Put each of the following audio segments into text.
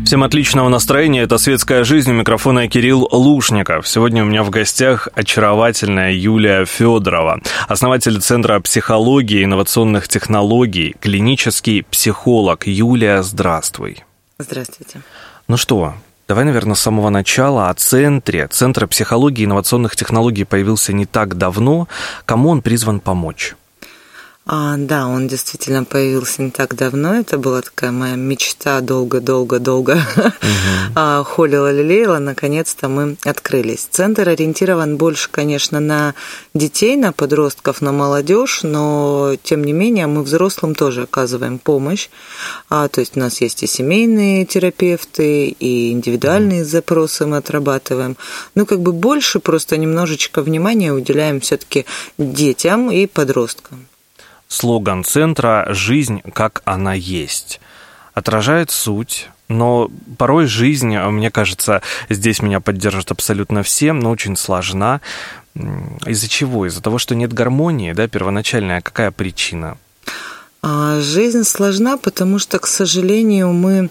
Всем отличного настроения, это «Светская жизнь», у микрофона Кирилл Лушников. Сегодня у меня в гостях очаровательная Юлия Федорова, основатель Центра психологии и инновационных технологий, клинический психолог. Юлия, здравствуй. Здравствуйте. Ну что, давай, наверное, с самого начала о центре. Центр психологии и инновационных технологий появился не так давно. Кому он призван помочь? Да, он действительно появился не так давно. Это была такая моя мечта долго-долго-долго. Холила, лелеяла, наконец-то мы открылись. Центр ориентирован больше, конечно, на детей, на подростков, на молодежь, но, тем не менее, мы взрослым тоже оказываем помощь. То есть у нас есть и семейные терапевты, и индивидуальные запросы мы отрабатываем. Больше просто немножечко внимания уделяем все-таки детям и подросткам. Слоган центра «Жизнь, как она есть» отражает суть, но порой жизнь, мне кажется, здесь меня поддержат абсолютно все, но очень сложна. Из-за чего? Из-за того, что нет гармонии, да, первоначальная. Какая причина? Жизнь сложна, потому что, к сожалению, мы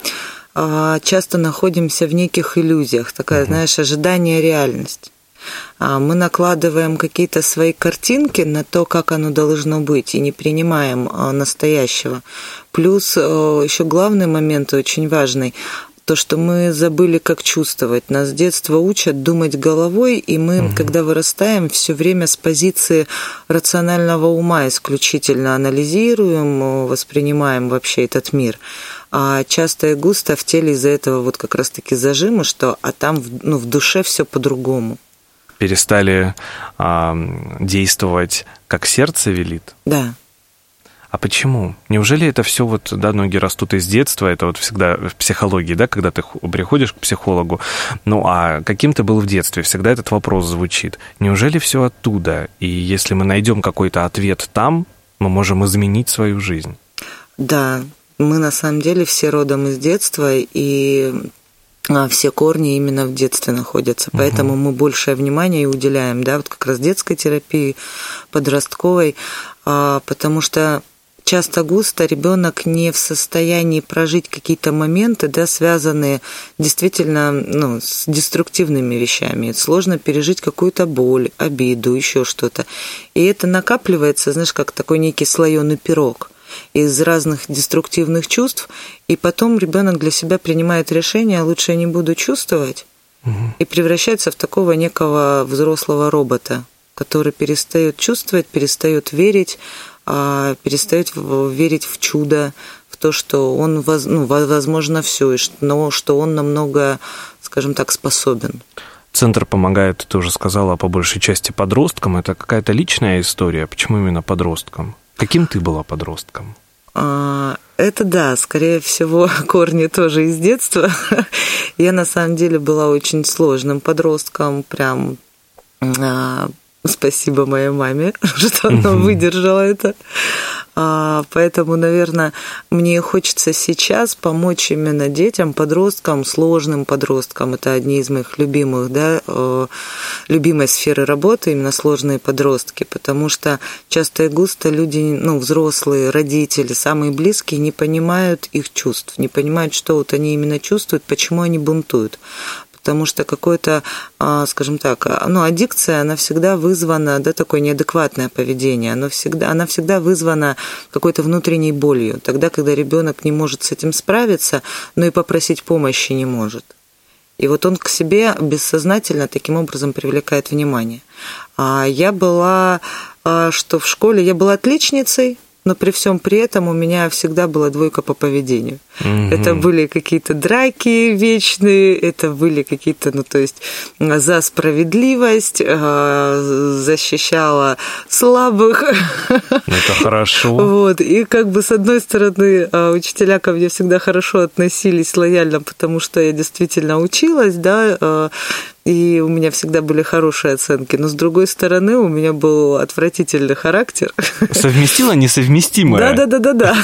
часто находимся в неких иллюзиях. Такая, ожидание реальности. Мы накладываем какие-то свои картинки на то, как оно должно быть, и не принимаем настоящего. Плюс еще главный момент, очень важный, то, что мы забыли, как чувствовать. Нас с детства учат думать головой, и мы, когда вырастаем, все время с позиции рационального ума исключительно анализируем, воспринимаем вообще этот мир. А часто и густо в теле из-за этого как раз-таки зажимы, что там в душе все по-другому. Перестали действовать, как сердце велит? Да. А почему? Неужели это все ноги растут из детства, это всегда в психологии, да, когда ты приходишь к психологу, а каким ты был в детстве? Всегда этот вопрос звучит. Неужели все оттуда? И если мы найдем какой-то ответ там, мы можем изменить свою жизнь? Да, мы на самом деле все родом из детства, и все корни именно в детстве находятся, поэтому мы большее внимание уделяем, как раз детской терапии, подростковой, потому что часто густо ребенок не в состоянии прожить какие-то моменты, связанные действительно с деструктивными вещами. Сложно пережить какую-то боль, обиду, еще что-то. И это накапливается, как такой некий слоеный пирог из разных деструктивных чувств, и потом ребенок для себя принимает решение: лучше я не буду чувствовать, и превращается в такого некого взрослого робота, который перестает чувствовать, перестает верить, перестает верить в чудо, в то, что он, возможно, все, но что он намного, скажем так, способен. Центр помогает, ты уже сказала, по большей части подросткам. Это какая-то личная история? Почему именно подросткам? Каким ты была подростком? Это скорее всего, корни тоже из детства. Я на самом деле была очень сложным подростком, прям спасибо моей маме, что она выдержала это. Поэтому, наверное, мне хочется сейчас помочь именно детям, подросткам, сложным подросткам. Это одни из моих любимых, любимой сферы работы, именно сложные подростки, потому что часто и густо люди, взрослые, родители, самые близкие не понимают их чувств, не понимают, что они именно чувствуют, почему они бунтуют. Потому что какое-то, скажем так, аддикция, она всегда вызвана, такое неадекватное поведение, она всегда вызвана какой-то внутренней болью, тогда, когда ребенок не может с этим справиться, но и попросить помощи не может. И он к себе бессознательно таким образом привлекает внимание. Я была, что в школе я была отличницей, но при всем при этом у меня всегда была двойка по поведению. Это были какие-то драки вечные, это были какие-то, за справедливость, защищала слабых. Это хорошо. И с одной стороны, учителя ко мне всегда хорошо относились, лояльно, потому что я действительно училась, и у меня всегда были хорошие оценки. Но, с другой стороны, у меня был отвратительный характер. Совместила несовместимое. Да.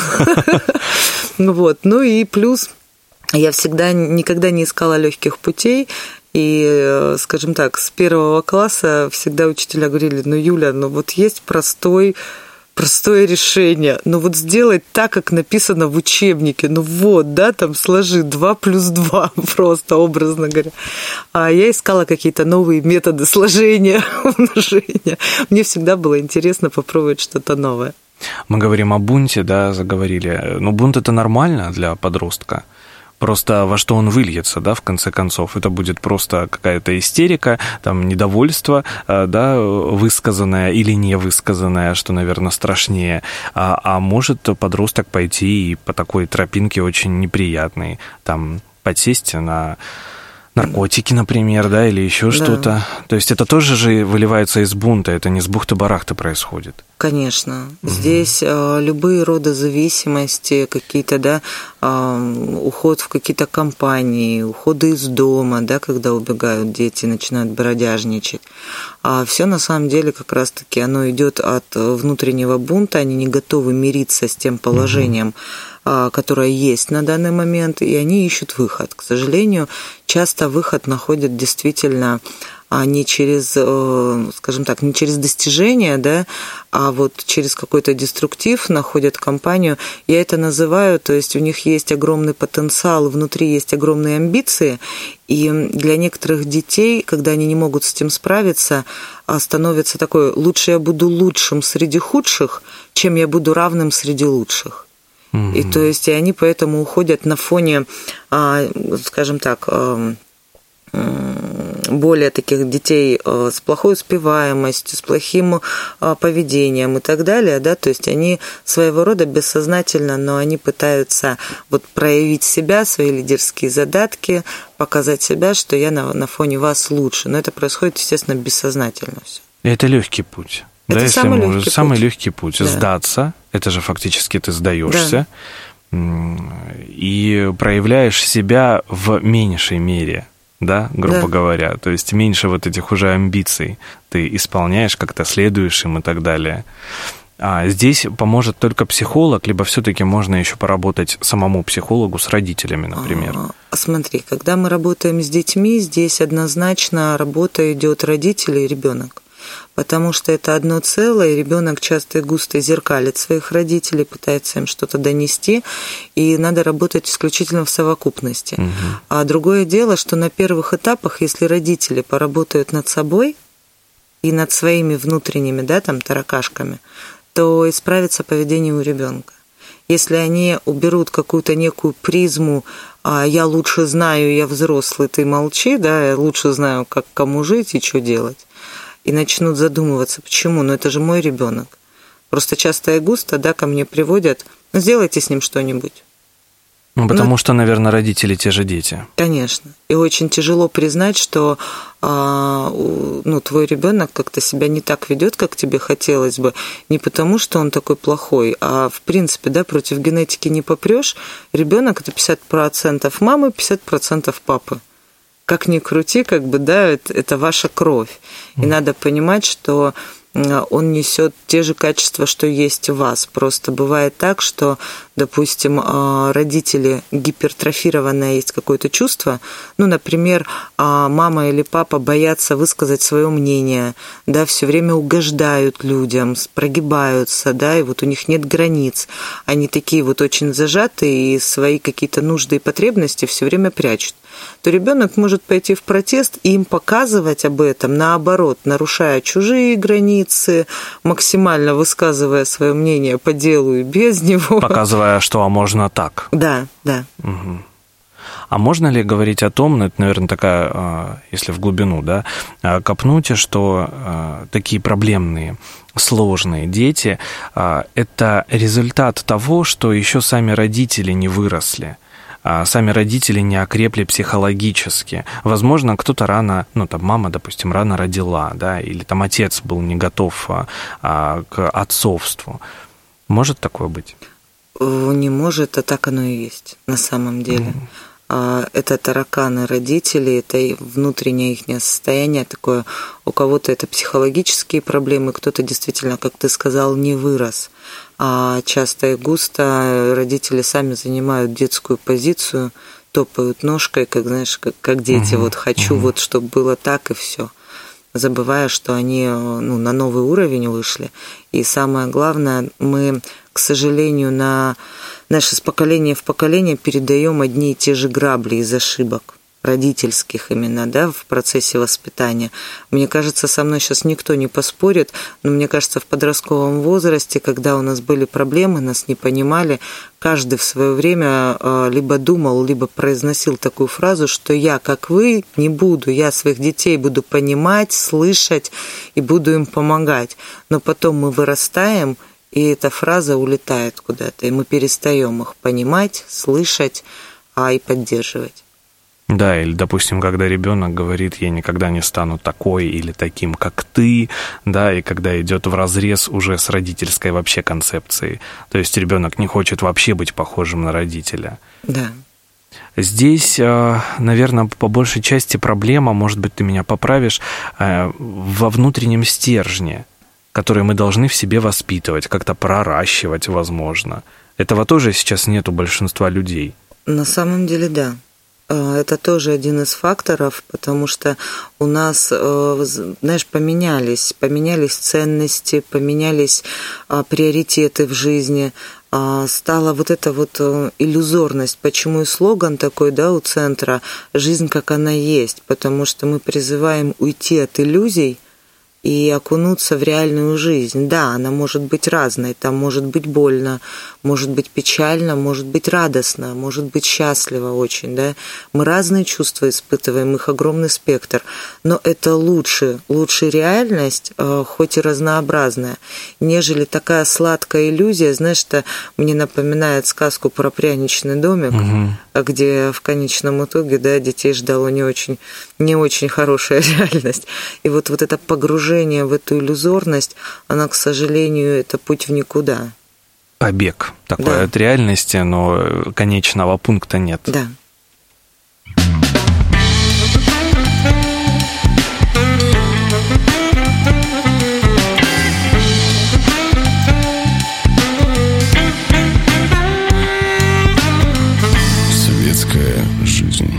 И плюс я никогда не искала легких путей. И, скажем так, с 1 класса всегда учителя говорили: Юля, есть простой простое решение. Но вот сделать так, как написано в учебнике. Ну вот, да, там сложи 2 плюс 2, просто образно говоря. А я искала какие-то новые методы сложения, умножения. Мне всегда было интересно попробовать что-то новое. Мы говорим о бунте, да, заговорили. Но бунт – это нормально для подростка. Просто во что он выльется, да, в конце концов. Это будет просто какая-то истерика, там, недовольство, да, высказанное или невысказанное, что, наверное, страшнее. А может подросток пойти и по такой тропинке очень неприятной, там, подсесть на наркотики, например, да, или еще что-то. То есть это тоже же выливается из бунта, это не с бухты-барахты происходит. Конечно. Здесь любые роды зависимости, какие-то, да, уход в какие-то компании, уходы из дома, да, когда убегают дети, начинают бродяжничать. А все на самом деле как раз-таки оно идет от внутреннего бунта, они не готовы мириться с тем положением, которое есть на данный момент, и они ищут выход. К сожалению, часто выход находят действительно не через, скажем так, не через достижение, да, а вот через какой-то деструктив находят компанию. Я это называю, то есть у них есть огромный потенциал, внутри есть огромные амбиции, и для некоторых детей, когда они не могут с этим справиться, становится такой: лучше я буду лучшим среди худших, чем я буду равным среди лучших. И то есть и они поэтому уходят на фоне, скажем так, более таких детей с плохой успеваемостью, с плохим поведением и так далее, да, то есть они своего рода бессознательно, но они пытаются вот проявить себя, свои лидерские задатки, показать себя, что я на фоне вас лучше, но это происходит, естественно, бессознательно все. Это легкий путь. Это да, самый легкий путь. Да. Сдаться, это же фактически ты сдаешься, да, и проявляешь себя в меньшей мере, да, грубо говоря. То есть меньше вот этих уже амбиций ты исполняешь, как-то следуешь им и так далее. А здесь поможет только психолог, либо все-таки можно еще поработать самому психологу с родителями, например. Смотри, когда мы работаем с детьми, здесь однозначно работа идет родители и ребенок. Потому что это одно целое, и ребенок часто и густо зеркалит своих родителей, пытается им что-то донести, и надо работать исключительно в совокупности. А другое дело, что на первых этапах, если родители поработают над собой и над своими внутренними, да, там, таракашками, то исправится поведение у ребенка. Если они уберут какую-то некую призму «я лучше знаю, я взрослый, ты молчи», да, я лучше знаю, как кому жить и что делать, и начнут задумываться, почему, ну это же мой ребенок. Просто часто и густо, да, ко мне приводят: ну сделайте с ним что-нибудь. Ну, потому что, наверное, родители те же дети. Конечно. И очень тяжело признать, что твой ребенок как-то себя не так ведет, как тебе хотелось бы. Не потому, что он такой плохой, а в принципе, да, против генетики не попрешь. Ребенок это 50% мамы, 50% папы. Как ни крути, как бы, да, это ваша кровь. И надо понимать, что он несет те же качества, что есть у вас. Просто бывает так, что, допустим, родители гипертрофированное есть какое-то чувство, ну, например, мама или папа боятся высказать свое мнение, да, все время угождают людям, прогибаются, да, и вот у них нет границ. Они такие вот очень зажатые и свои какие-то нужды и потребности все время прячут. То ребенок может пойти в протест и им показывать об этом, наоборот, нарушая чужие границы, максимально высказывая свое мнение по делу и без него. Показывая, что можно так. Да, да. Угу. А можно ли говорить о том, ну, это, наверное, такая, если в глубину, да, копнуть, что такие проблемные, сложные дети – это результат того, что еще сами родители не выросли, сами родители не окрепли психологически. Возможно, кто-то рано, ну, там, мама, допустим, рано родила, да, или там отец был не готов к отцовству. Может такое быть? Не может, а так оно и есть на самом деле. Это тараканы родителей, это внутреннее их состояние такое. У кого-то это психологические проблемы, кто-то действительно, как ты сказал, не вырос. А часто и густо родители сами занимают детскую позицию, топают ножкой, как, знаешь, как дети, вот хочу, вот чтобы было так и все. забывая, что они на новый уровень вышли. И самое главное, мы, к сожалению, из поколения в поколение передаем одни и те же грабли из ошибок родительских именно, да, в процессе воспитания. Мне кажется, со мной сейчас никто не поспорит, но мне кажется, в подростковом возрасте, когда у нас были проблемы, нас не понимали, каждый в свое время либо думал, либо произносил такую фразу, что я, как вы, не буду, я своих детей буду понимать, слышать и буду им помогать. Но потом мы вырастаем, и эта фраза улетает куда-то, и мы перестаем их понимать, слышать, и поддерживать. Да, или, допустим, когда ребенок говорит, я никогда не стану такой или таким, как ты, да, и когда идет вразрез уже с родительской вообще концепцией. То есть ребенок не хочет вообще быть похожим на родителя. Да. Здесь, наверное, по большей части проблема, может быть, ты меня поправишь, во внутреннем стержне, который мы должны в себе воспитывать, как-то проращивать, возможно. Этого тоже сейчас нет у большинства людей. На самом деле, да. Это тоже один из факторов, потому что у нас, знаешь, поменялись ценности, поменялись приоритеты в жизни, стала вот эта вот иллюзорность. Почему и слоган такой, да, у центра «Жизнь, как она есть», потому что мы призываем уйти от иллюзий и окунуться в реальную жизнь. Да, она может быть разной, там может быть больно, может быть печально, может быть радостно, может быть счастливо очень, да. Мы разные чувства испытываем, их огромный спектр, но это лучше реальность, хоть и разнообразная, нежели такая сладкая иллюзия. Знаешь, это мне напоминает сказку про пряничный домик, где в конечном итоге, да, детей ждала не очень хорошая реальность. И вот это погружение в эту иллюзорность, она, к сожалению, это путь в никуда. Побег такой от реальности, но конечного пункта нет. Да. Светская жизнь.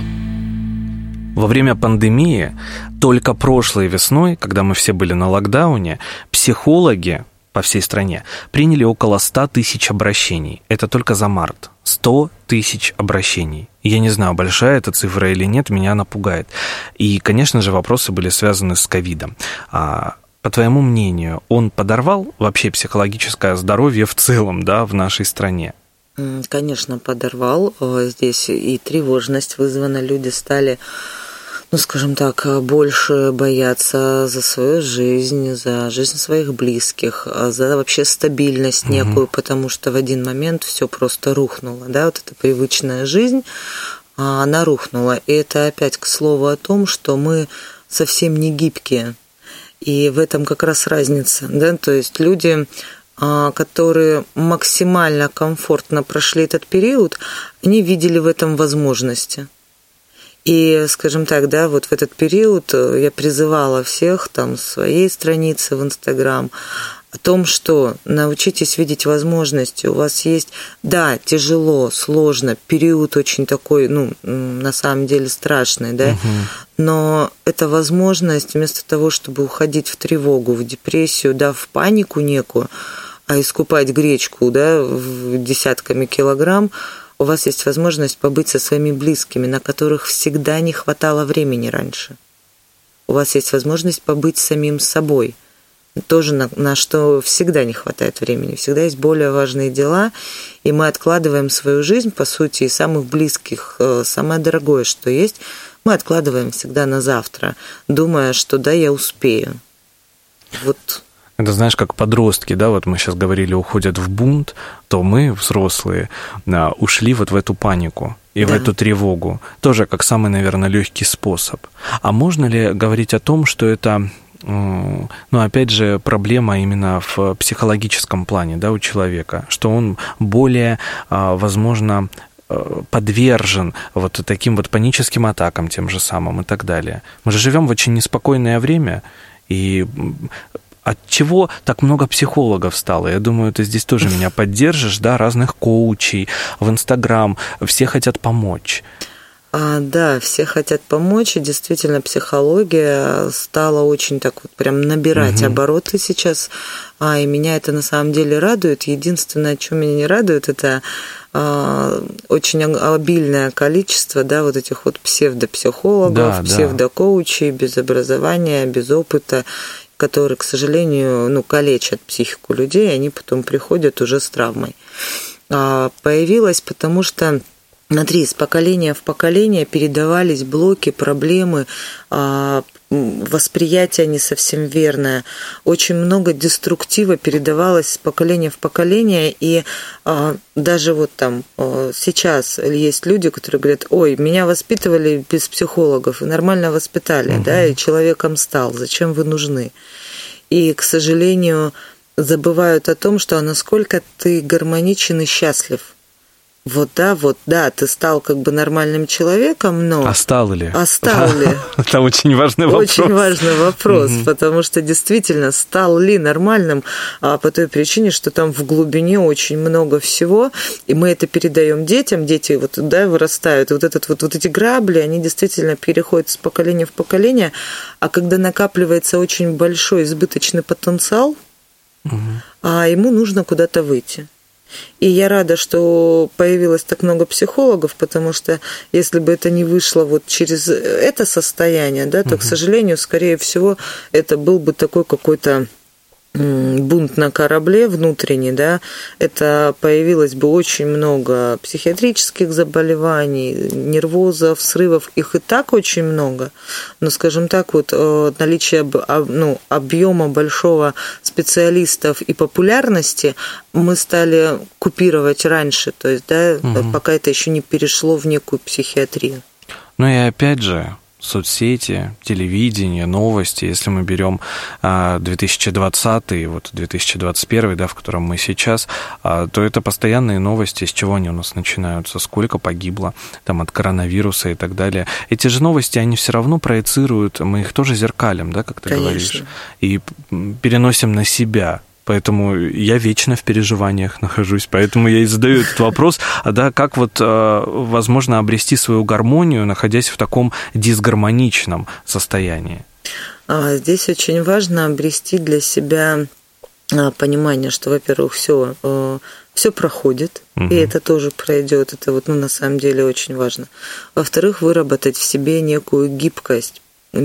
Во время пандемии, только прошлой весной, когда мы все были на локдауне, психологи по всей стране приняли около 100 тысяч обращений. Это только за март. 100 тысяч обращений. Я не знаю, большая эта цифра или нет, меня она пугает. И, конечно же, вопросы были связаны с ковидом. По твоему мнению, он подорвал вообще психологическое здоровье в целом, да, в нашей стране? Конечно, подорвал. Здесь и тревожность вызвана. Люди стали, скажем так, больше бояться за свою жизнь, за жизнь своих близких, за вообще стабильность некую, потому что в один момент все просто рухнуло. Да? Вот эта привычная жизнь, она рухнула. И это опять к слову о том, что мы совсем не гибкие. И в этом как раз разница. Да? То есть люди, которые максимально комфортно прошли этот период, они видели в этом возможности. И, скажем так, да, вот в этот период я призывала всех там с своей страницы в Инстаграм о том, что научитесь видеть возможности. У вас есть, да, тяжело, сложно, период очень такой, на самом деле страшный, да, но это возможность вместо того, чтобы уходить в тревогу, в депрессию, да, в панику некую, а искупать гречку, да, десятками килограмм, у вас есть возможность побыть со своими близкими, на которых всегда не хватало времени раньше. У вас есть возможность побыть самим собой, тоже на что всегда не хватает времени. Всегда есть более важные дела, и мы откладываем свою жизнь, по сути, и самых близких, самое дорогое, что есть, мы откладываем всегда на завтра, думая, что да, я успею. Вот. Это, знаешь, как подростки, да, вот мы сейчас говорили, уходят в бунт, то мы, взрослые, ушли вот в эту панику и в эту тревогу. Тоже как самый, наверное, легкий способ. А можно ли говорить о том, что это, опять же, проблема именно в психологическом плане, да, у человека, что он более, возможно, подвержен вот таким вот паническим атакам тем же самым и так далее. Мы же живем в очень неспокойное время, и от чего так много психологов стало? Я думаю, ты здесь тоже меня поддержишь, да, разных коучей в Инстаграм, все хотят помочь. Да, все хотят помочь, и действительно психология стала очень так вот прям набирать обороты сейчас, и меня это на самом деле радует. Единственное, что меня не радует, это очень обильное количество, да, вот этих вот псевдопсихологов, псевдокоучей без образования, без опыта, которые, к сожалению, калечат психику людей, и они потом приходят уже с травмой. Появилась, потому что, смотри, из поколения в поколение передавались блоки, проблемы, восприятие не совсем верное. Очень много деструктива передавалось с поколения в поколение, и даже вот там сейчас есть люди, которые говорят: ой, меня воспитывали без психологов, и нормально воспитали, да, и человеком стал, зачем вы нужны? И, к сожалению, забывают о том, что насколько ты гармоничен и счастлив. Вот да, ты стал как бы нормальным человеком, но... А стал ли? Это очень важный вопрос. Очень важный вопрос, потому что действительно, стал ли нормальным, по той причине, что там в глубине очень много всего, и мы это передаем детям, дети вот, да, вырастают, и вот эти грабли, они действительно переходят с поколения в поколение, а когда накапливается очень большой избыточный потенциал, ему нужно куда-то выйти. И я рада, что появилось так много психологов, потому что если бы это не вышло вот через это состояние, да, то, к сожалению, скорее всего, это был бы такой какой-то бунт на корабле внутренний, да, это появилось бы очень много психиатрических заболеваний, нервозов, срывов, их и так очень много, но, скажем так, вот наличие объема большого специалистов и популярности мы стали купировать раньше, то есть, да, пока это еще не перешло в некую психиатрию. Ну и опять же, соцсети, телевидение, новости, если мы берем 2020 и вот 2021, да, в котором мы сейчас, то это постоянные новости, с чего они у нас начинаются, сколько погибло там от коронавируса и так далее. Эти же новости, они все равно проецируют, мы их тоже зеркалим, да, как ты говоришь, и переносим на себя. Поэтому я вечно в переживаниях нахожусь, поэтому я и задаю этот вопрос, как вот возможно обрести свою гармонию, находясь в таком дисгармоничном состоянии? Здесь очень важно обрести для себя понимание, что, во-первых, все проходит, и это тоже пройдет, это вот, на самом деле очень важно. Во-вторых, выработать в себе некую гибкость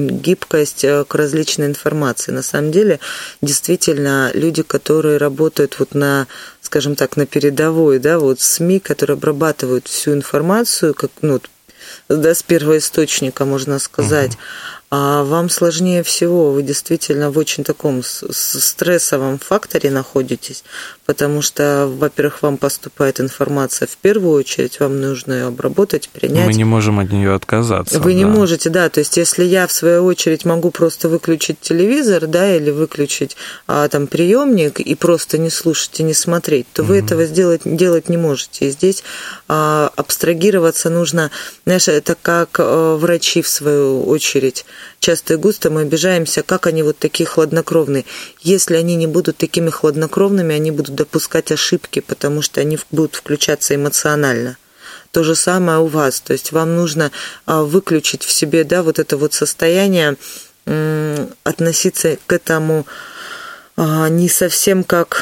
к различной информации. На самом деле, действительно, люди, которые работают вот на, скажем так, на передовой, да, вот СМИ, которые обрабатывают всю информацию, как, да, с первоисточника, можно сказать, а вам сложнее всего, вы действительно в очень таком стрессовом факторе находитесь, потому что, во-первых, вам поступает информация в первую очередь, вам нужно ее обработать, принять. Мы не можем от нее отказаться. Вы не можете, да, то есть если я, в свою очередь, могу просто выключить телевизор, да, или выключить там приемник и просто не слушать и не смотреть, то вы этого делать не можете. И здесь абстрагироваться нужно, знаешь, это как врачи, в свою очередь. Часто и густо мы обижаемся, как они вот такие хладнокровные. Если они не будут такими хладнокровными, они будут допускать ошибки, потому что они будут включаться эмоционально. То же самое у вас. То есть вам нужно выключить в себе, да, вот это вот состояние, относиться к этому не совсем как...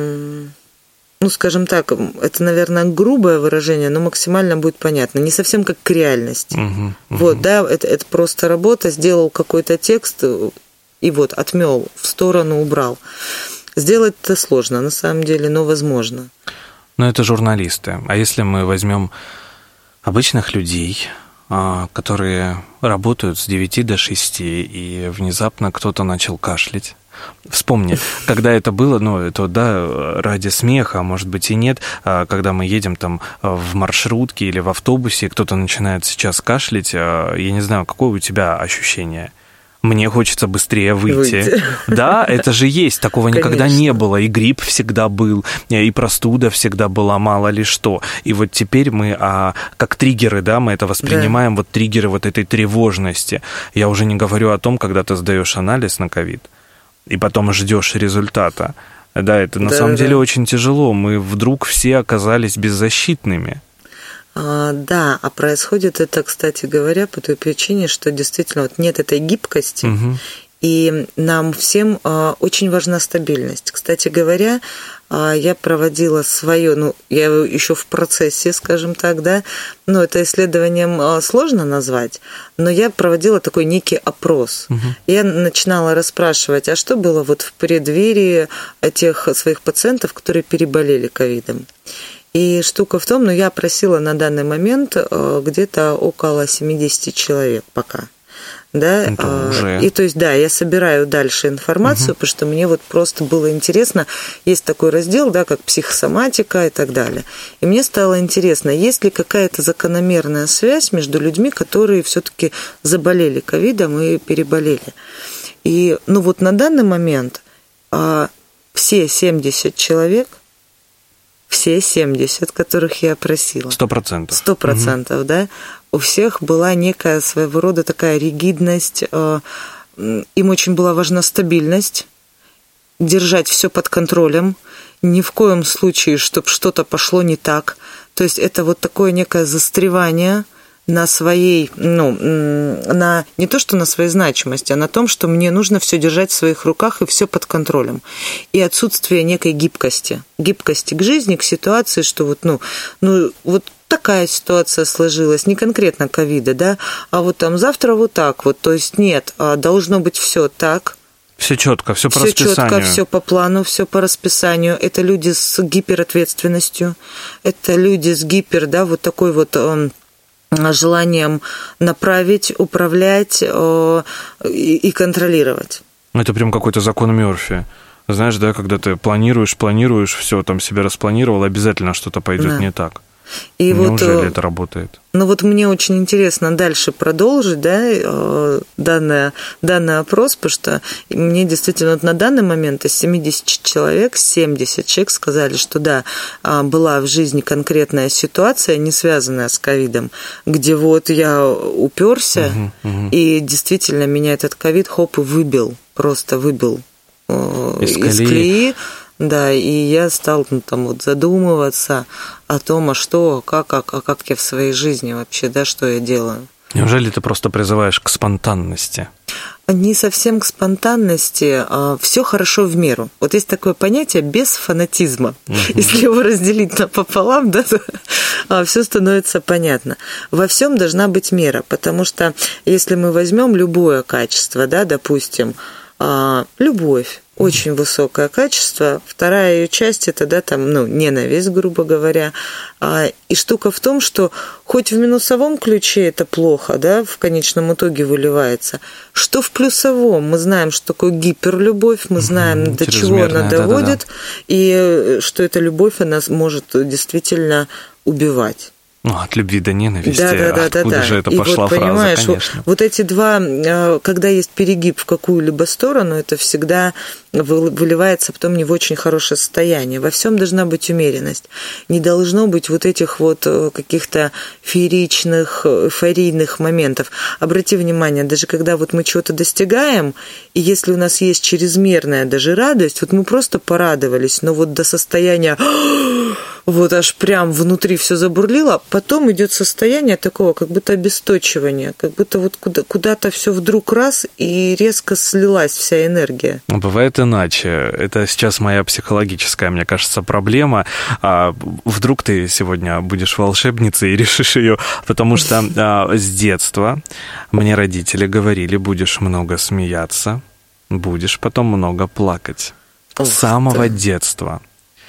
скажем так, это, наверное, грубое выражение, но максимально будет понятно. Не совсем как к реальности. Вот, да, это просто работа, сделал какой-то текст и вот отмел в сторону, убрал. Сделать это сложно, на самом деле, но возможно. Но это журналисты. А если мы возьмем обычных людей, которые работают с 9 до 6, и внезапно кто-то начал кашлять? Вспомни, когда это было, это, да, ради смеха, а может быть и нет, когда мы едем там в маршрутке или в автобусе, кто-то начинает сейчас кашлять, я не знаю, какое у тебя ощущение? Мне хочется быстрее выйти. Да, это же есть, такого никогда не было. И грипп всегда был, и простуда всегда была, мало ли что. И вот теперь мы, как триггеры, да, мы это воспринимаем, вот триггеры вот этой тревожности. Я уже не говорю о том, когда ты сдаешь анализ на ковид, и потом ждешь результата. Да, это на самом деле очень тяжело. Мы вдруг все оказались беззащитными. Да, а происходит это, кстати говоря, по той причине, что действительно вот нет этой гибкости, и нам всем очень важна стабильность. Кстати говоря, я проводила свое, я еще в процессе, скажем так, да, это исследованием сложно назвать, но я проводила такой некий опрос. Я начинала расспрашивать, а что было вот в преддверии тех своих пациентов, которые переболели ковидом. И штука в том, я опросила на данный момент где-то около 70 человек пока. Да, и то есть, да, я собираю дальше информацию, потому что мне вот просто было интересно, есть такой раздел, да, как психосоматика и так далее. И мне стало интересно, есть ли какая-то закономерная связь между людьми, которые все-таки заболели ковидом и переболели. И, вот на данный момент все 70 человек, все 70, которых я опросила. 100%. 100%, да. У всех была некая своего рода такая ригидность, им очень была важна стабильность, держать все под контролем, ни в коем случае, чтобы что-то пошло не так. То есть это вот такое некое застревание на своей, не то что на своей значимости, а на том, что мне нужно все держать в своих руках и все под контролем. И отсутствие некой гибкости к жизни, к ситуации, что вот такая ситуация сложилась, не конкретно ковида, да, а вот там завтра вот так вот, то есть нет, должно быть все так. Все четко, все по расписанию. Все четко, все по плану, все по расписанию. Это люди с гиперответственностью, это люди с вот такой вот желанием направить, управлять и контролировать. Это прям какой-то закон Мёрфи. Знаешь, да, когда ты планируешь, все там себе распланировал, обязательно что-то пойдет не так. И неужели это работает? Мне очень интересно дальше продолжить, да, данный опрос, потому что мне действительно на данный момент из 70 человек сказали, что да, была в жизни конкретная ситуация, не связанная с ковидом, где я уперся, и действительно меня этот ковид и выбил, просто выбил из колеи. Да, и я стал задумываться о том, как я в своей жизни вообще, да, что я делаю. Неужели ты просто призываешь к спонтанности? Не совсем к спонтанности, все хорошо в меру. Вот есть такое понятие без фанатизма. Если его разделить напополам, да, то все становится понятно. Во всем должна быть мера, потому что если мы возьмем любое качество, да, допустим, любовь, очень высокое качество. Вторая ее часть – это, да, ненависть, грубо говоря. И штука в том, что хоть в минусовом ключе это плохо, да, в конечном итоге выливается, что в плюсовом. Мы знаем, что такое гиперлюбовь, мы знаем, до чего она доводит, и что эта любовь, она может действительно убивать. От любви до ненависти. Откуда же это пошла фраза, понимаешь, конечно. Вот эти два, когда есть перегиб в какую-либо сторону, это всегда выливается потом не в очень хорошее состояние. Во всем должна быть умеренность. Не должно быть вот этих каких-то фееричных, эйфорийных моментов. Обрати внимание, даже когда мы чего-то достигаем, и если у нас есть чрезмерная даже радость, мы просто порадовались, но до состояния аж прям внутри все забурлило, потом идет состояние такого, как будто обесточивания, как будто куда-то все вдруг раз и резко слилась вся энергия. Бывает иначе. Это сейчас моя психологическая, мне кажется, проблема. Вдруг ты сегодня будешь волшебницей и решишь ее, потому что с детства мне родители говорили, будешь много смеяться, будешь потом много плакать. С самого детства.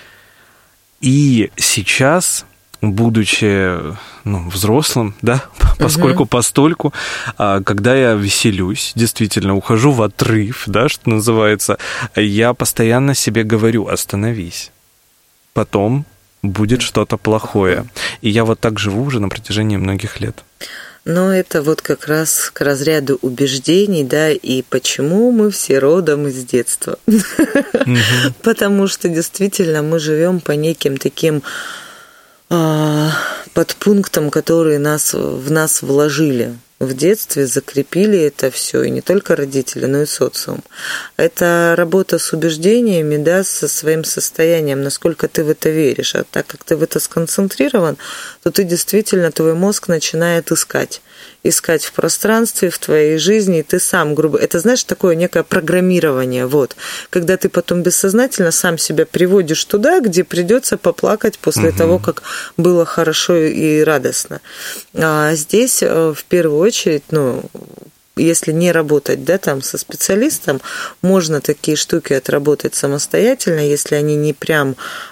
И сейчас, будучи взрослым, да, поскольку-постольку, когда я веселюсь, действительно ухожу в отрыв, да, что называется, я постоянно себе говорю: остановись, потом будет что-то плохое. И я так живу уже на протяжении многих лет. Но это как раз к разряду убеждений, да, и почему мы все родом из детства. Потому что действительно мы живем по неким таким подпунктам, которые в нас вложили. в детстве закрепили это все, и не только родители, но и социум. Это работа с убеждениями, да, со своим состоянием, насколько ты в это веришь. А так как ты в это сконцентрирован, то ты действительно, твой мозг начинает искать в пространстве, в твоей жизни, и ты сам, грубо... Это, знаешь, такое некое программирование, вот. Когда ты потом бессознательно сам себя приводишь туда, где придется поплакать после того, как было хорошо и радостно. А здесь, в первую очередь, если не работать, да, там со специалистом, можно такие штуки отработать самостоятельно, если они не прям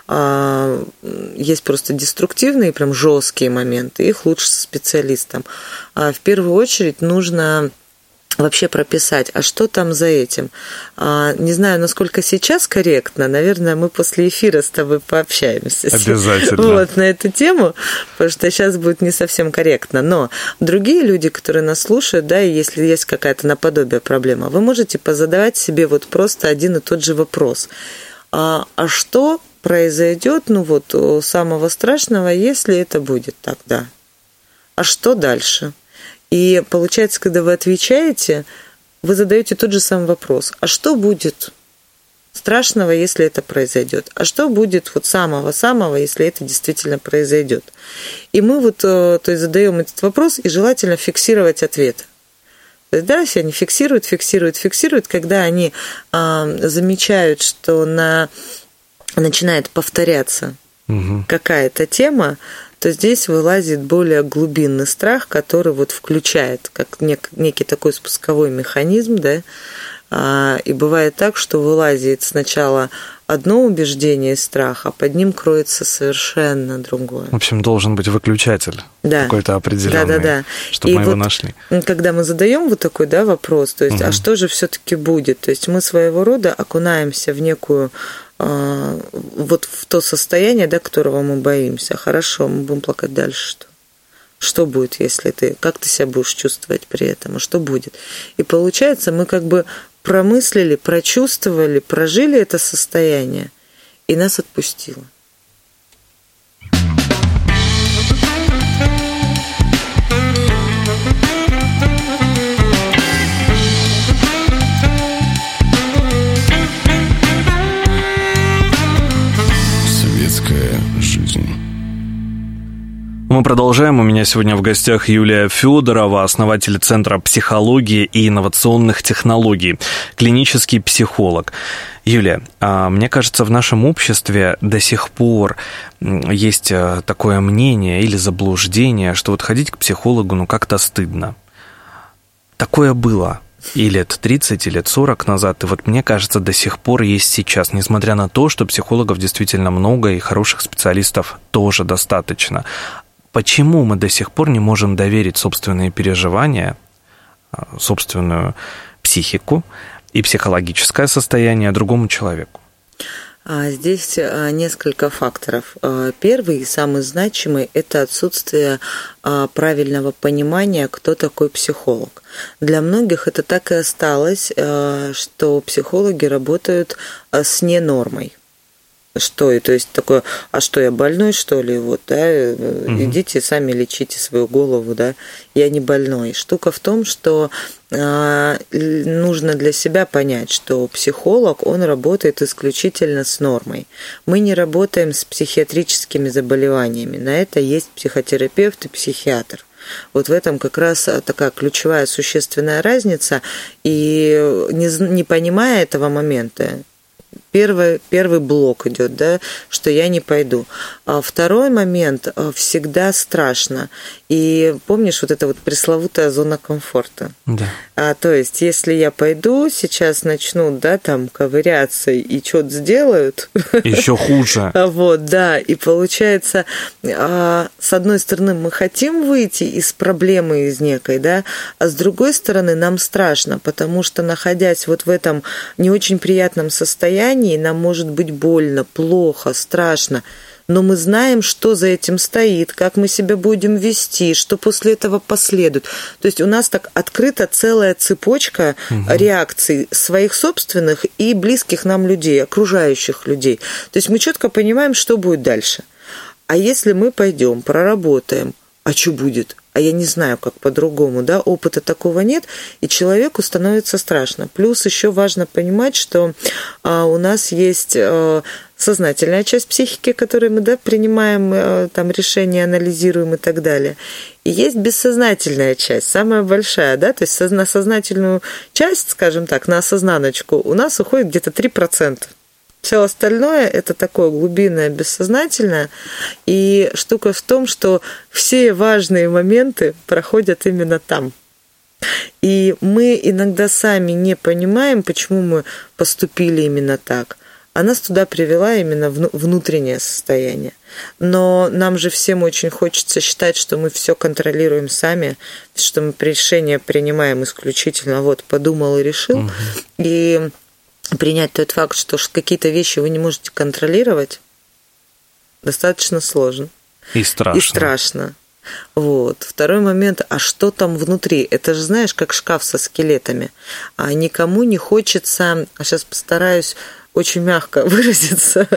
есть просто деструктивные, прям жесткие моменты, их лучше со специалистом. В первую очередь нужно вообще прописать, а что там за этим. Не знаю, насколько сейчас корректно, наверное, мы после эфира с тобой пообщаемся. Обязательно. Вот, на эту тему, потому что сейчас будет не совсем корректно. Но другие люди, которые нас слушают, да, и если есть какая-то наподобие проблема, вы можете позадавать себе вот просто один и тот же вопрос. А что произойдет, самого страшного, если это будет тогда? А что дальше? И получается, когда вы отвечаете, вы задаете тот же самый вопрос. А что будет страшного, если это произойдет? А что будет самого-самого, если это действительно произойдет? И мы задаем этот вопрос, и желательно фиксировать ответ. То есть, да, все они фиксируют, когда они замечают, что начинает повторяться какая-то тема, то здесь вылазит более глубинный страх, который включает как некий такой спусковой механизм, да, и бывает так, что вылазит сначала одно убеждение из страха, а под ним кроется совершенно другое. В общем, должен быть выключатель какой-то определенный, да. чтобы мы его нашли. Когда мы задаем такой, да, вопрос, то есть, а что же все-таки будет? То есть мы своего рода окунаемся в некую в то состояние, да, которого мы боимся. Хорошо, мы будем плакать дальше. Что будет, если как ты себя будешь чувствовать при этом? А что будет? И получается, мы промыслили, прочувствовали, прожили это состояние, и нас отпустило. Мы продолжаем. У меня сегодня в гостях Юлия Федорова, основатель Центра психологии и инновационных технологий, клинический психолог. Юлия, мне кажется, в нашем обществе до сих пор есть такое мнение или заблуждение, что ходить к психологу как-то стыдно. Такое было и лет 30, и лет 40 назад, и мне кажется, до сих пор есть сейчас, несмотря на то, что психологов действительно много, и хороших специалистов тоже достаточно. Почему мы до сих пор не можем доверить собственные переживания, собственную психику и психологическое состояние другому человеку? Здесь несколько факторов. Первый и самый значимый – это отсутствие правильного понимания, кто такой психолог. Для многих это так и осталось, что психологи работают с ненормой. То есть такое, а что, я больной, что ли? Идите сами лечите свою голову, да, я не больной. Штука в том, что нужно для себя понять, что психолог, он работает исключительно с нормой. Мы не работаем с психиатрическими заболеваниями, на это есть психотерапевт и психиатр. В этом как раз такая ключевая существенная разница, и не понимая этого момента, Первый блок идет, да, что я не пойду. А второй момент, всегда страшно. И помнишь, эта пресловутая зона комфорта? Да. То есть, если я пойду, сейчас начнут, да, там ковыряться и что-то сделают. Еще хуже. Да. И получается, с одной стороны, мы хотим выйти из проблемы из некой, да, а с другой стороны, нам страшно, потому что, находясь в этом не очень приятном состоянии, нам может быть больно, плохо, страшно, но мы знаем, что за этим стоит, как мы себя будем вести, что после этого последует. То есть у нас так открыта целая цепочка реакций своих собственных и близких нам людей, окружающих людей. То есть мы четко понимаем, что будет дальше. А если мы пойдем, проработаем, а что будет? а я не знаю, как по-другому, да, опыта такого нет, и человеку становится страшно. Плюс еще важно понимать, что у нас есть сознательная часть психики, которой мы, да, принимаем там решения, анализируем и так далее. И есть бессознательная часть, самая большая, да, то есть на сознательную часть, скажем так, на осознаночку у нас уходит где-то 3%. Все остальное – это такое глубинное, бессознательное. И штука в том, что все важные моменты проходят именно там. И мы иногда сами не понимаем, почему мы поступили именно так. А нас туда привела именно внутреннее состояние. Но нам же всем очень хочется считать, что мы все контролируем сами, что мы решения принимаем исключительно вот подумал и решил. Угу. И принять тот факт, что какие-то вещи вы не можете контролировать, достаточно сложно. И страшно. И страшно. Вот. Второй момент, а что там внутри? Это же, знаешь, как шкаф со скелетами. А никому не хочется, сейчас постараюсь очень мягко выразиться,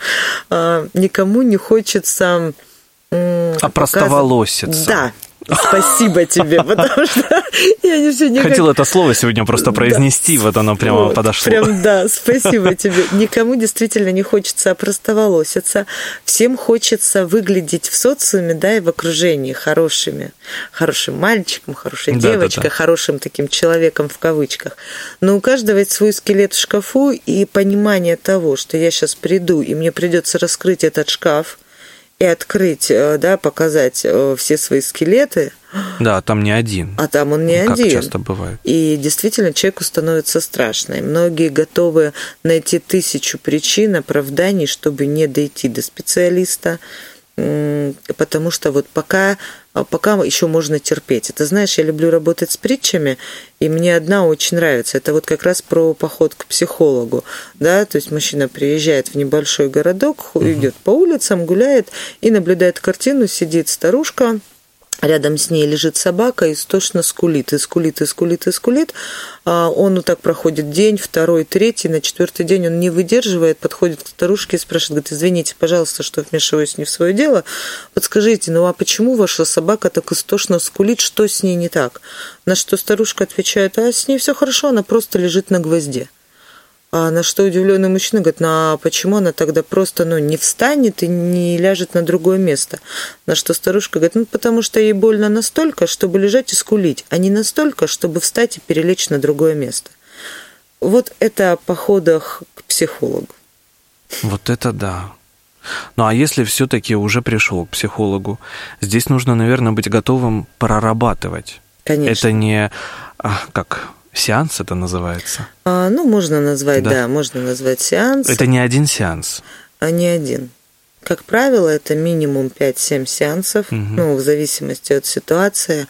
никому не хочется опростоволоситься. Да. Спасибо тебе, потому что я не все никак... Хотел это слово сегодня просто произнести, да. Вот оно прямо вот, подошло. Прям, да, спасибо тебе. Никому действительно не хочется опростоволоситься. Всем хочется выглядеть в социуме, да, и в окружении хорошим мальчиком, хорошей девочкой, хорошим таким человеком в кавычках. Но у каждого есть свой скелет в шкафу, и понимание того, что я сейчас приду, и мне придется раскрыть этот шкаф, и открыть, да, показать все свои скелеты. Да, там не один. А там он не как один. Как часто бывает. И действительно человеку становится страшно. И многие готовы найти 1000 причин, оправданий, чтобы не дойти до специалиста, потому что вот пока еще можно терпеть. Это, знаешь, я люблю работать с притчами, и мне одна очень нравится. Это вот как раз про поход к психологу. Да? То есть мужчина приезжает в небольшой городок, идет по улицам, гуляет и наблюдает картину, сидит старушка, рядом с ней лежит собака, истошно скулит, и скулит, и скулит, и скулит. Он вот так проходит день, второй, третий, на 4-й день он не выдерживает, подходит к старушке и спрашивает, говорит, извините, пожалуйста, что вмешиваюсь не в свое дело, подскажите, ну а почему ваша собака так истошно скулит, что с ней не так? На что старушка отвечает, а с ней все хорошо, она просто лежит на гвозде. А на что удивленный мужчина говорит, ну а почему она тогда просто не встанет и не ляжет на другое место? На что старушка говорит, потому что ей больно настолько, чтобы лежать и скулить, а не настолько, чтобы встать и перелечь на другое место. Вот это о походах к психологу. Вот это да. Ну а если все-таки уже пришел к психологу, здесь нужно, наверное, быть готовым прорабатывать. Конечно. Это не сеанс это называется? Можно назвать, да, можно назвать сеанс. Это не один сеанс? Не один. Как правило, это минимум 5-7 сеансов, в зависимости от ситуации,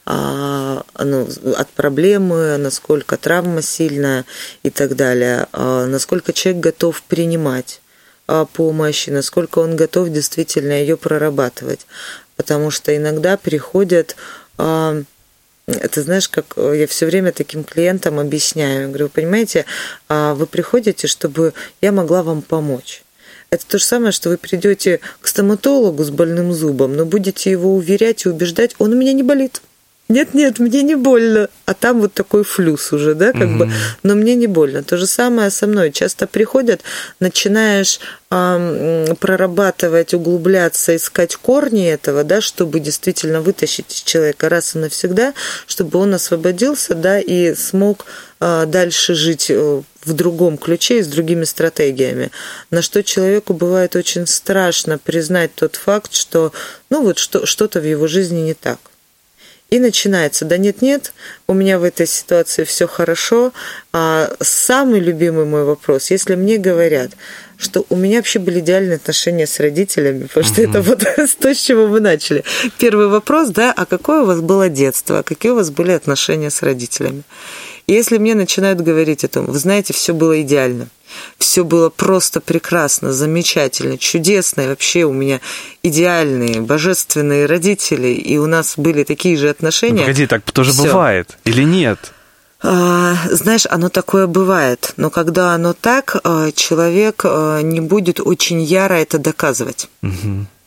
от проблемы, насколько травма сильная и так далее, насколько человек готов принимать помощь, насколько он готов действительно ее прорабатывать. Потому что иногда приходят... Это знаешь, как я все время таким клиентам объясняю. Я говорю, вы понимаете, вы приходите, чтобы я могла вам помочь. Это то же самое, что вы придете к стоматологу с больным зубом, но будете его уверять и убеждать, он у меня не болит. Нет, мне не больно. А там вот такой флюс уже, да, как бы, но мне не больно. То же самое со мной. Часто приходят, начинаешь прорабатывать, углубляться, искать корни этого, да, чтобы действительно вытащить из человека раз и навсегда, чтобы он освободился, да, и смог дальше жить в другом ключе и с другими стратегиями. На что человеку бывает очень страшно признать тот факт, что, что-то в его жизни не так. И начинается, да нет, у меня в этой ситуации все хорошо. Самый любимый мой вопрос, если мне говорят, что у меня вообще были идеальные отношения с родителями, потому что это вот то, с чего мы начали. Первый вопрос, да, а какое у вас было детство, какие у вас были отношения с родителями? И если мне начинают говорить о том, вы знаете, все было идеально, все было просто прекрасно, замечательно, чудесно, и вообще у меня идеальные, божественные родители, и у нас были такие же отношения. Погоди, так тоже всё. Бывает или нет? Знаешь, оно такое бывает, но когда оно так, человек не будет очень яро это доказывать.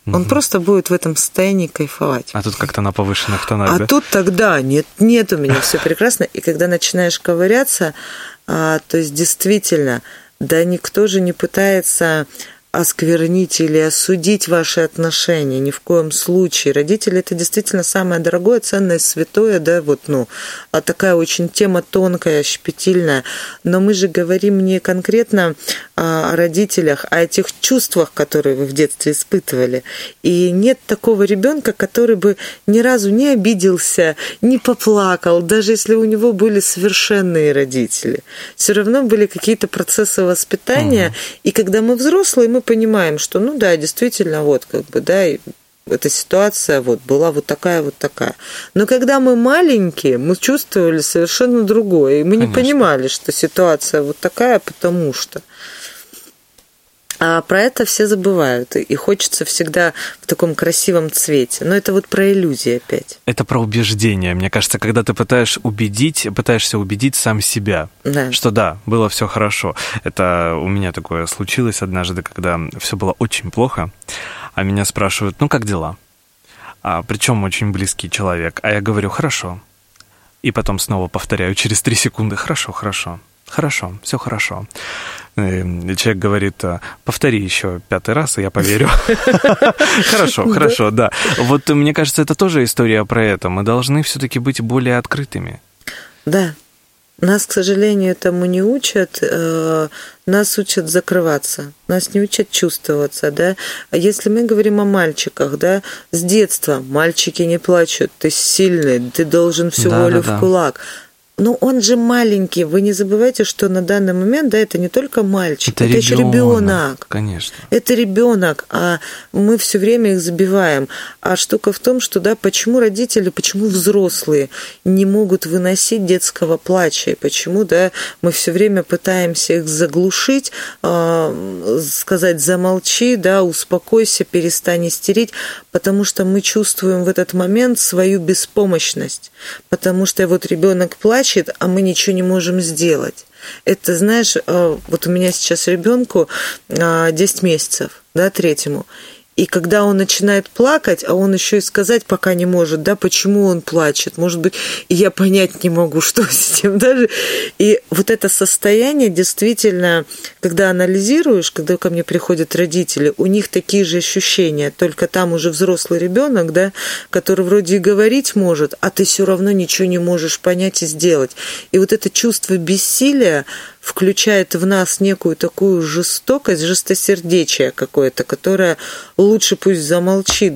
Он просто будет в этом состоянии кайфовать. А тут как-то на повышенных тонах, А да? тут тогда нет, у меня все прекрасно. И когда начинаешь ковыряться, то есть действительно, да никто же не пытается осквернить или осудить ваши отношения, ни в коем случае. Родители – это действительно самое дорогое, ценное, святое, да, а такая очень тема тонкая, щепетильная. Но мы же говорим не конкретно о родителях, а о тех чувствах, которые вы в детстве испытывали. И нет такого ребенка, который бы ни разу не обиделся, не поплакал, даже если у него были совершенные родители. Все равно были какие-то процессы воспитания, и когда мы взрослые, мы понимаем, что, действительно, эта ситуация была вот такая. Но когда мы маленькие, мы чувствовали совершенно другое, и мы не понимали, что ситуация вот такая, потому что. А про это все забывают, и хочется всегда в таком красивом цвете. Но это про иллюзии опять. Это про убеждение. Мне кажется, когда ты пытаешься убедить сам себя, что да, было все хорошо. Это у меня такое случилось однажды, когда все было очень плохо, а меня спрашивают, как дела? Причем очень близкий человек. А я говорю, хорошо. И потом снова повторяю через 3 секунды, хорошо. Хорошо, все хорошо. И человек говорит, повтори еще 5-й раз, и я поверю. Хорошо, да. Вот мне кажется, это тоже история про это. Мы должны все-таки быть более открытыми. Да. Нас, к сожалению, этому не учат. Нас учат закрываться. Нас не учат чувствоваться, да. А если мы говорим о мальчиках, да, с детства мальчики не плачут, ты сильный, ты должен всю волю в кулак. Но он же маленький. Вы не забывайте, что на данный момент, это не только мальчик, это еще ребенок. Конечно. Это ребенок, а мы все время их забиваем. А штука в том, что почему родители, почему взрослые не могут выносить детского плача, и почему, мы все время пытаемся их заглушить, сказать замолчи, успокойся, перестань истерить, потому что мы чувствуем в этот момент свою беспомощность, потому что ребенок плачет, а мы ничего не можем сделать. Это, знаешь, у меня сейчас ребенку 10 месяцев, 3-му. И когда он начинает плакать, а он еще и сказать пока не может, почему он плачет. Может быть, и я понять не могу, что с ним даже. И это состояние действительно, когда анализируешь, когда ко мне приходят родители, у них такие же ощущения, только там уже взрослый ребенок, который вроде и говорить может, а ты все равно ничего не можешь понять и сделать. И это чувство бессилия включает в нас некую такую жестокость, жестосердечие какое-то, которое лучше пусть замолчит,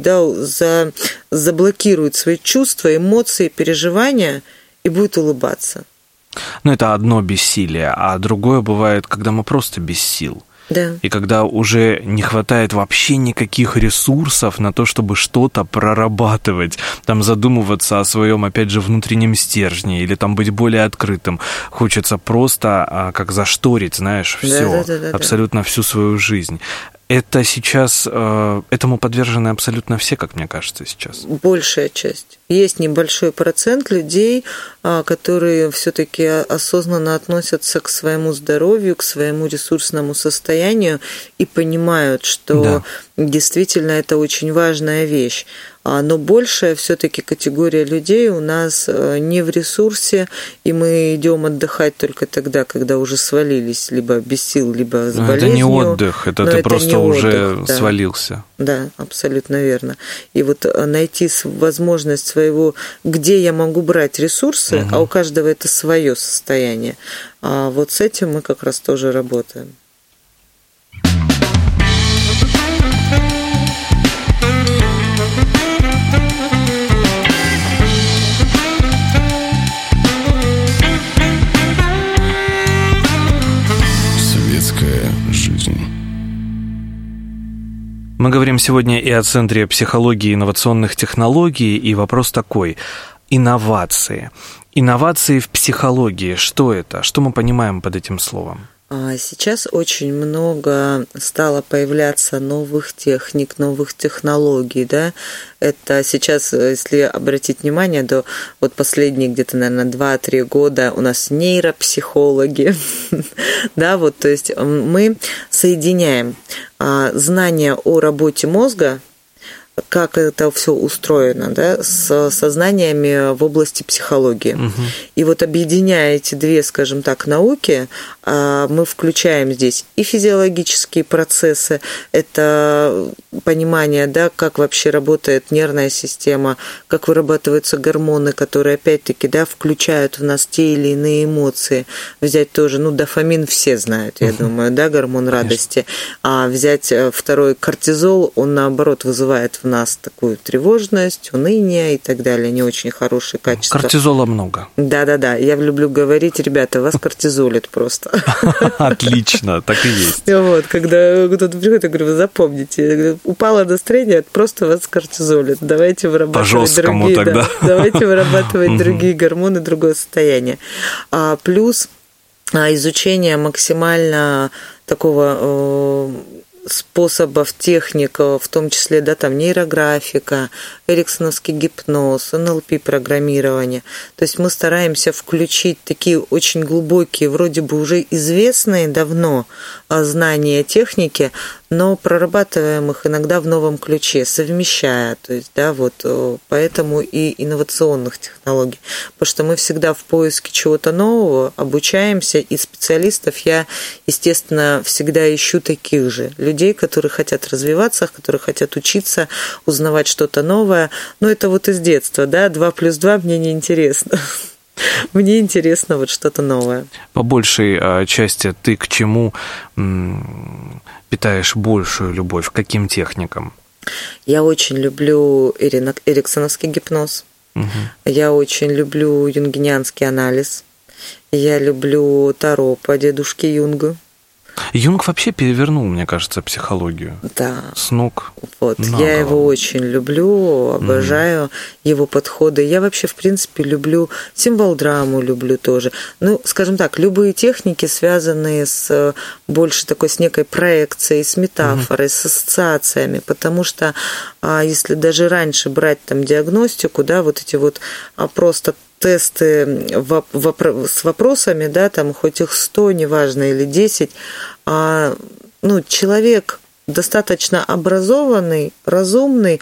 заблокирует свои чувства, эмоции, переживания и будет улыбаться. Это одно бессилие, а другое бывает, когда мы просто без сил. Да. И когда уже не хватает вообще никаких ресурсов на то, чтобы что-то прорабатывать, задумываться о своем, опять же, внутреннем стержне или быть более открытым. Хочется просто как зашторить, знаешь, все, абсолютно всю свою жизнь. Это сейчас, этому подвержены абсолютно все, как мне кажется, сейчас. Большая часть. Есть небольшой процент людей, которые все-таки осознанно относятся к своему здоровью, к своему ресурсному состоянию и понимают, что действительно это очень важная вещь. Но большая все-таки категория людей у нас не в ресурсе, и мы идем отдыхать только тогда, когда уже свалились, либо без сил, либо с болезнью. Это не отдых, это просто уже свалился. Да, абсолютно верно. И найти возможность своего, где я могу брать ресурсы, а у каждого это свое состояние. А с этим мы как раз тоже работаем. Мы говорим сегодня и о Центре психологии и инновационных технологий, и вопрос такой – инновации. Инновации в психологии – что это? Что мы понимаем под этим словом? Сейчас очень много стало появляться новых техник, новых технологий, Это сейчас, если обратить внимание, то последние где-то, наверное, 2-3 года у нас нейропсихологи, то есть мы соединяем знания о работе мозга как это все устроено, да, с сознаниями в области психологии. И вот объединяя эти две, скажем так, науки, мы включаем здесь и физиологические процессы, это понимание, да, как вообще работает нервная система, как вырабатываются гормоны, которые, опять-таки, да, включают в нас те или иные эмоции. Взять тоже, дофамин все знают, я думаю, да, гормон радости. А взять второй кортизол, он, наоборот, вызывает в нас такую тревожность, уныние и так далее, не очень хорошие качества. Кортизола много. Да-да-да, я люблю говорить, ребята, вас кортизолит просто. Отлично, так и есть. Вот, когда кто-то приходит, я говорю, вы запомните, упало настроение, просто вас кортизолит. Давайте вырабатывать другие, да, давайте вырабатывать другие гормоны, другое состояние. Плюс изучение максимально такого способов, техник, в том числе, да, там нейрографика, эриксоновский гипноз, НЛП-программирование. То есть мы стараемся включить такие очень глубокие, вроде бы уже известные давно знания техники, но прорабатываем их иногда в новом ключе, совмещая, то есть, да, вот поэтому и инновационных технологий, потому что мы всегда в поиске чего-то нового, обучаемся, и специалистов я, естественно, всегда ищу таких же людей, которые хотят развиваться, которые хотят учиться, узнавать что-то новое, но это вот из детства, да, 2 + 2 мне не интересно. Мне интересно вот что-то новое. По большей части ты к чему питаешь большую любовь? К каким техникам? Я очень люблю эриксоновский гипноз. Я очень люблю юнгинианский анализ. Я люблю Таро по дедушке Юнгу. Юнг вообще перевернул, мне кажется, психологию. Да. С ног. Вот. Я его очень люблю, обожаю его подходы. Я вообще, в принципе, люблю символ-драму, люблю тоже. Скажем так, любые техники, связанные с больше такой, с некой проекцией, с метафорой, с ассоциациями, потому что если даже раньше брать там диагностику, да, вот эти вот просто тесты с вопросами, да, там хоть их 100, неважно, или 10, человек достаточно образованный, разумный,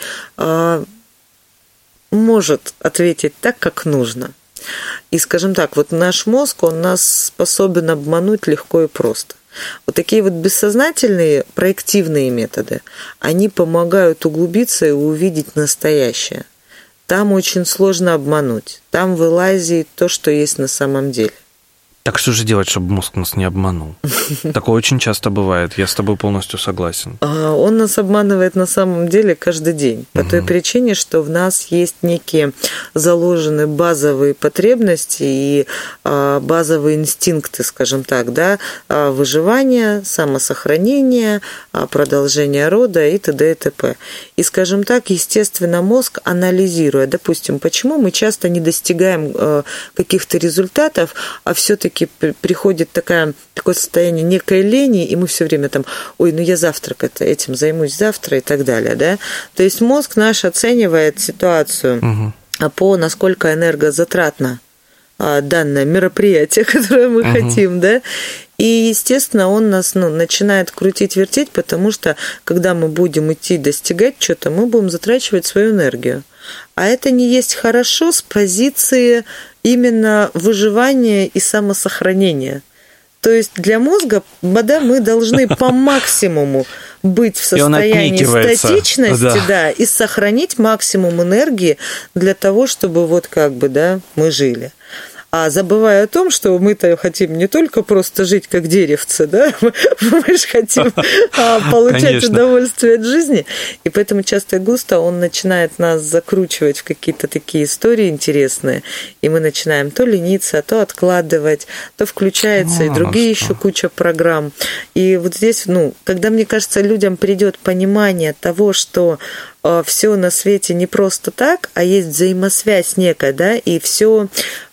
может ответить так, как нужно. И, скажем так, вот наш мозг, он нас способен обмануть легко и просто. Вот такие вот бессознательные проективные методы, они помогают углубиться и увидеть настоящее. Там очень сложно обмануть. Там вылазит то, что есть на самом деле. Так что же делать, чтобы мозг нас не обманул? Такое очень часто бывает. Я с тобой полностью согласен. Он нас обманывает на самом деле каждый день. По той причине, что в нас есть некие заложенные базовые потребности и базовые инстинкты, скажем так, да, выживание, самосохранение, продолжение рода и т.д. и т.п. И, скажем так, естественно, мозг, анализируя, допустим, почему мы часто не достигаем каких-то результатов, а все-таки приходит такое состояние некой лени, и мы все время там, я завтра этим займусь завтра и так далее, да. То есть мозг наш оценивает ситуацию по насколько энергозатратно данное мероприятие, которое мы хотим, да. И, естественно, он нас начинает крутить-вертеть, потому что, когда мы будем идти достигать что-то, мы будем затрачивать свою энергию. А это не есть хорошо с позиции именно выживания и самосохранения. То есть для мозга, мы должны по максимуму быть в состоянии статичности, да, и сохранить максимум энергии для того, чтобы мы жили. А забывая о том, что мы-то хотим не только просто жить как деревце, да, мы же хотим получать удовольствие от жизни. И поэтому часто и густо он начинает нас закручивать в какие-то такие истории интересные, и мы начинаем то лениться, то откладывать, то включается и другие еще куча программ. И вот здесь, когда, мне кажется, людям придет понимание того, что все на свете не просто так, а есть взаимосвязь некая, да, и все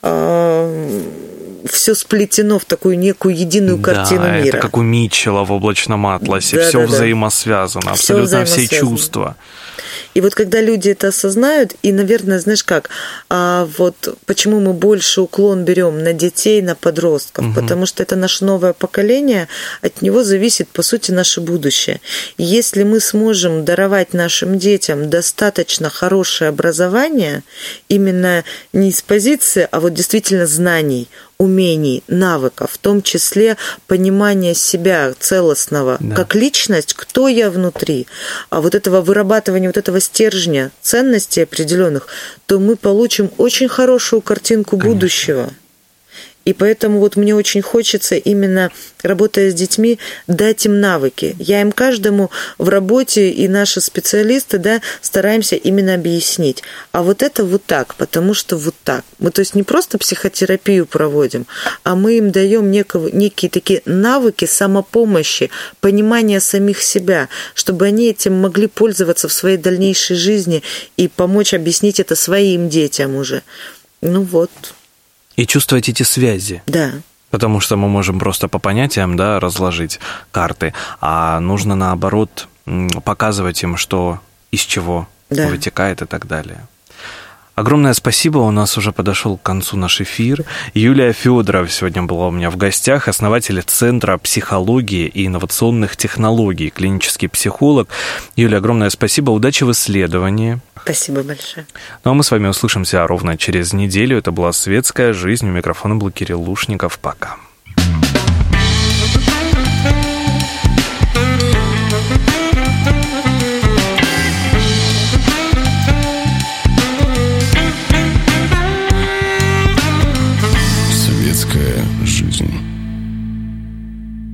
сплетено в такую некую единую картину мира. Это как у Митчелла в «Облачном атласе». Все взаимосвязано, абсолютно все чувства. И вот когда люди это осознают, и, наверное, знаешь как, вот почему мы больше уклон берем на детей, на подростков, потому что это наше новое поколение, от него зависит, по сути, наше будущее. И если мы сможем даровать нашим детям достаточно хорошее образование, именно не из позиции, а вот действительно знаний, умений, навыков, в том числе понимания себя целостного, как личность, кто я внутри, а вот этого вырабатывания вот этого стержня ценностей определенных, то мы получим очень хорошую картинку будущего. И поэтому вот мне очень хочется именно, работая с детьми, дать им навыки. Я им каждому в работе, и наши специалисты, стараемся именно объяснить. А вот это вот так, потому что вот так. Мы, то есть, не просто психотерапию проводим, а мы им даем некие такие навыки самопомощи, понимания самих себя, чтобы они этим могли пользоваться в своей дальнейшей жизни и помочь объяснить это своим детям уже. Ну вот. И чувствовать эти связи. Да. Потому что мы можем просто по понятиям, разложить карты, а нужно, наоборот, показывать им, что из чего вытекает и так далее. Огромное спасибо, у нас уже подошел к концу наш эфир. Юлия Федорова сегодня была у меня в гостях, основатель Центра психологии и инновационных технологий, клинический психолог. Юлия, огромное спасибо, удачи в исследовании. Спасибо большое. Ну а мы с вами услышимся ровно через неделю. Это была «Светская жизнь». У микрофона был Кирилл Лушников. Пока.